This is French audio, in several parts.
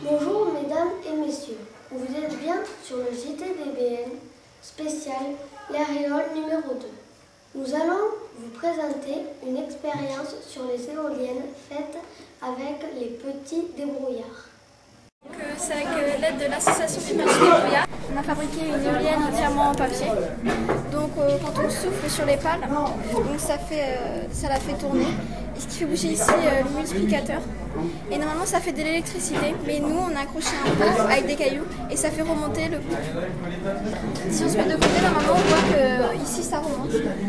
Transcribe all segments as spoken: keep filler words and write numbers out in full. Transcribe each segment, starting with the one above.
Bonjour mesdames et messieurs, vous êtes bien sur le J T D B N spécial l'Aréole numéro deux. Nous allons vous présenter une expérience sur les éoliennes faite avec les petits débrouillards. C'est avec l'aide de l'association du marché débrouillard. On a fabriqué une éolienne entièrement en papier. Donc euh, quand on souffle sur les pales, donc ça, fait, euh, ça la fait tourner. Et ce qui fait bouger ici euh, le multiplicateur. Et normalement ça fait de l'électricité, mais nous on a accroché un pot avec des cailloux et ça fait remonter le pot. Si on se met de côté, normalement on voit que euh, ici ça remonte.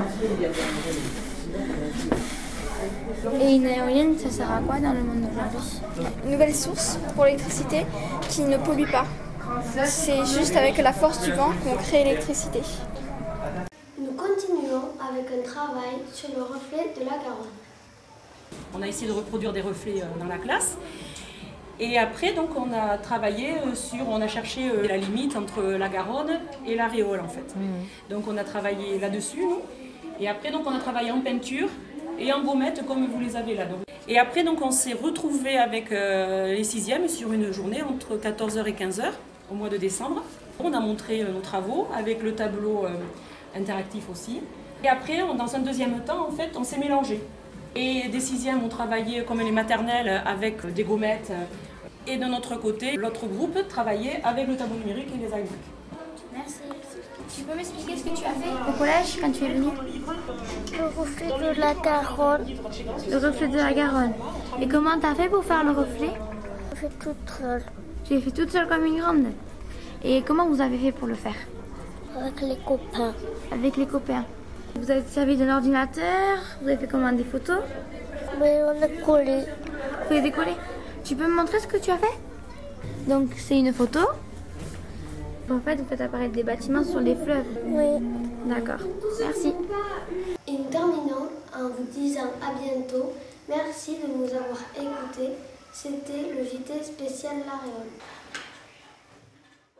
Et une éolienne, ça sert à quoi dans le monde d'aujourd'hui? Une nouvelle source pour l'électricité qui ne pollue pas. C'est juste avec la force du vent qu'on crée l'électricité. Nous continuons avec un travail sur le reflet de la Garonne. On a essayé de reproduire des reflets dans la classe. Et après, donc, on a travaillé sur, on a cherché la limite entre la Garonne et l'Aréole, en fait. Mmh. Donc, on a travaillé là-dessus, nous. Et après, donc, on a travaillé en peinture et en gommettes, comme vous les avez là. Donc. Et après, donc, on s'est retrouvés avec euh, les sixièmes sur une journée entre quatorze heures et quinze heures, au mois de décembre. On a montré euh, nos travaux avec le tableau euh, interactif aussi. Et après, on, dans un deuxième temps, en fait, on s'est mélangé. Et des sixièmes ont travaillé comme les maternelles avec des gommettes. Et de notre côté, l'autre groupe travaillait avec le tableau numérique et les iMac. Merci. Tu peux m'expliquer ce que tu as fait Au collège, quand tu es venu? Le reflet de la Garonne. Le reflet de la Garonne. Et comment tu as fait pour faire le reflet? Je fais toute seule. Tu l'as fait toute seule comme une grande. Et comment vous avez fait pour le faire? Avec les copains. Avec les copains. Vous avez servi d'un ordinateur? Vous avez fait comment? Des photos? Mais on a collé. Vous avez décollé? Tu peux me montrer ce que tu as fait? Donc c'est une photo. En fait, vous faites apparaître des bâtiments sur les fleuves. Oui. D'accord. Merci. Et nous terminons en vous disant à bientôt. Merci de nous avoir écoutés. C'était le J T spécial l'Aréole.